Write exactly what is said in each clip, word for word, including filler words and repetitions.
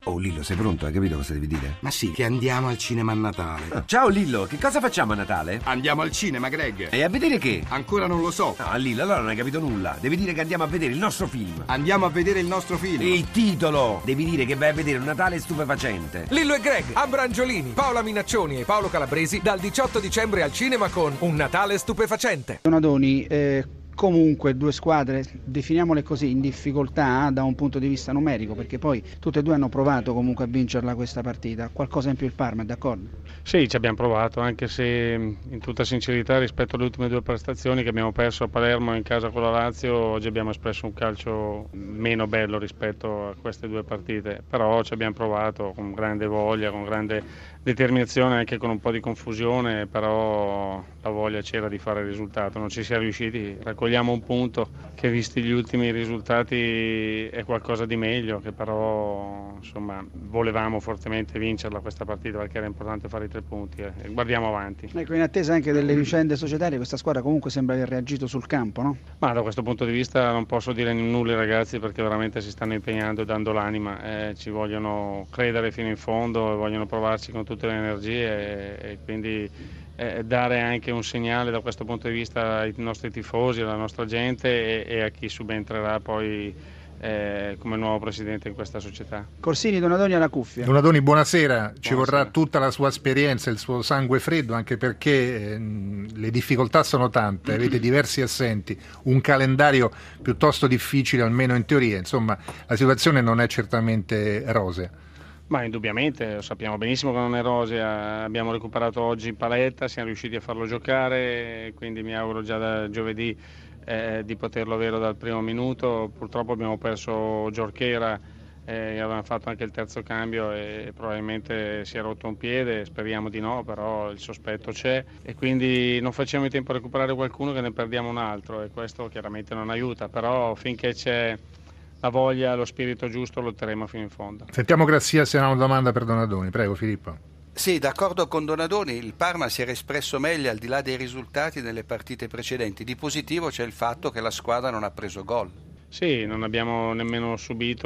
Oh Lillo, sei pronto? Hai capito cosa devi dire? Ma sì, che andiamo al cinema a Natale. Ah, ciao Lillo, che cosa facciamo a Natale? Andiamo al cinema, Greg. E a vedere che? Ancora non lo so. No, Lillo, allora non hai capito nulla. Devi dire che andiamo a vedere il nostro film. Andiamo a vedere il nostro film. Il titolo! Devi dire che vai a vedere un Natale stupefacente. Lillo e Greg, Ambra Angiolini, Paola Minaccioni e Paolo Calabresi dal diciotto dicembre al cinema con Un Natale stupefacente. Donadoni, eh, comunque due squadre, definiamole così, in difficoltà da un punto di vista numerico, perché poi tutte e due hanno provato comunque a vincerla questa partita. Qualcosa in più il Parma, è d'accordo? Sì, ci abbiamo provato, anche se in tutta sincerità rispetto alle ultime due prestazioni che abbiamo perso a Palermo in casa con la Lazio, oggi abbiamo espresso un calcio meno bello rispetto a queste due partite, però ci abbiamo provato con grande voglia, con grande determinazione, anche con un po' di confusione, però la voglia c'era di fare il risultato, non ci siamo riusciti. Raccogliamo un punto che, visti gli ultimi risultati, è qualcosa di meglio, che però insomma volevamo fortemente vincerla questa partita perché era importante fare i tre punti eh. E guardiamo avanti. Ecco, in attesa anche delle vicende societarie, questa squadra comunque sembra aver reagito sul campo, no? Ma da questo punto di vista non posso dire nulla ai ragazzi, perché veramente si stanno impegnando e dando l'anima, eh, ci vogliono credere fino in fondo, vogliono provarci con tutte le energie e, e quindi eh, dare anche un segnale da questo punto di vista ai nostri tifosi, alla nostra gente e, e a chi subentrerà poi eh, come nuovo presidente in questa società. Corsini, Donadoni alla cuffia. Donadoni, buonasera. Ci Buonasera. vorrà tutta la sua esperienza, il suo sangue freddo, anche perché ehm, le difficoltà sono tante, avete diversi assenti, un calendario piuttosto difficile, almeno in teoria, insomma la situazione non è certamente rosea. Ma indubbiamente, sappiamo benissimo che non è rosea, abbiamo recuperato oggi Paletta, siamo riusciti a farlo giocare, quindi mi auguro già da giovedì eh, di poterlo avere dal primo minuto. Purtroppo abbiamo perso Giorchera, eh, avevamo fatto anche il terzo cambio e probabilmente si è rotto un piede, speriamo di no, però il sospetto c'è e quindi non facciamo in tempo a recuperare qualcuno che ne perdiamo un altro e questo chiaramente non aiuta, però finché c'è la voglia, lo spirito giusto, lotteremo fino in fondo. Sentiamo Grazia se ha una domanda per Donadoni. Prego Filippo. Sì, d'accordo con Donadoni, il Parma si era espresso meglio al di là dei risultati nelle partite precedenti. Di positivo c'è il fatto che la squadra non ha preso gol. Sì, non abbiamo nemmeno subito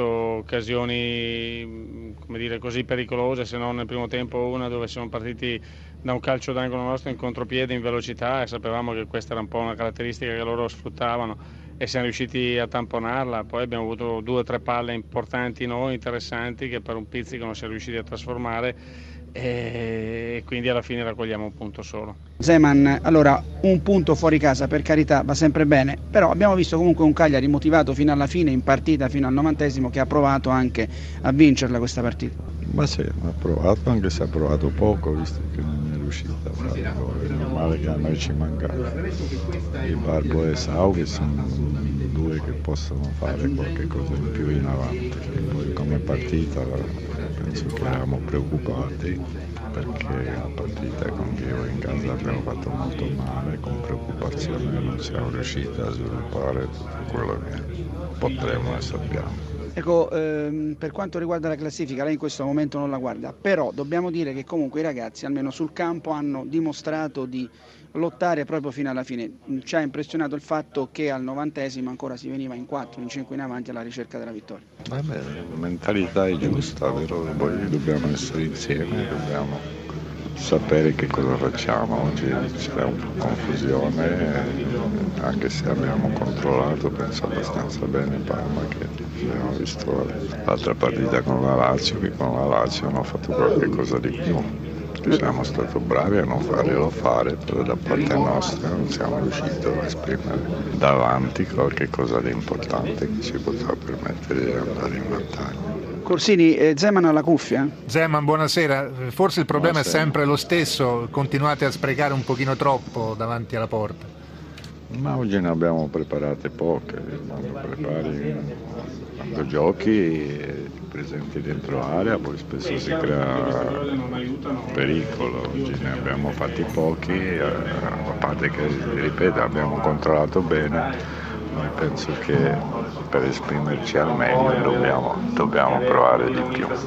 occasioni, come dire, così pericolose, se non nel primo tempo una dove siamo partiti da un calcio d'angolo nostro in contropiede in velocità e sapevamo che questa era un po' una caratteristica che loro sfruttavano e siamo riusciti a tamponarla. Poi abbiamo avuto due o tre palle importanti noi, interessanti, che per un pizzico non siamo riusciti a trasformare e quindi alla fine raccogliamo un punto solo. Zeman, allora un punto fuori casa per carità va sempre bene, però abbiamo visto comunque un Cagliari motivato fino alla fine, in partita fino al novantesimo, che ha provato anche a vincerla questa partita. Ma sì, ha provato, anche se ha provato poco, visto che non è riuscito a fare gol. È normale che a noi ci manca il Barbo e Sau, che sono due che possono fare qualche cosa in più in avanti. Poi come partita penso che eravamo preoccupati, perché la partita con Chievo in casa abbiamo fatto molto male, con preoccupazione non siamo riusciti a sviluppare tutto quello che potremmo e sappiamo. Ecco, ehm, per quanto riguarda la classifica, lei in questo momento non la guarda, però dobbiamo dire che comunque i ragazzi, almeno sul campo, hanno dimostrato di lottare proprio fino alla fine. Ci ha impressionato il fatto che al novantesimo ancora si veniva in quattro, in cinque in avanti alla ricerca della vittoria. Vabbè, la mentalità è giusta, vero? Poi dobbiamo essere insieme, dobbiamo sapere che cosa facciamo. Oggi c'è un po' confusione, anche se abbiamo controllato, penso abbastanza bene Parma, che abbiamo visto l'altra partita con la Lazio, che con la Lazio hanno fatto qualche cosa di più. Siamo stati bravi a non farglielo fare, però da parte nostra non siamo riusciti a esprimere davanti qualche cosa di importante che ci potrà permettere di andare in vantaggio. Corsini, eh, Zeman alla cuffia? Zeman, buonasera. Forse il problema Buonasera. è sempre lo stesso, continuate a sprecare un pochino troppo davanti alla porta. Ma oggi ne abbiamo preparate poche, quando prepari, quando giochi ti presenti dentro area, poi spesso si crea pericolo. Oggi ne abbiamo fatti pochi, a parte che, ripeto, abbiamo controllato bene. Noi penso che per esprimerci al meglio dobbiamo, dobbiamo provare di più.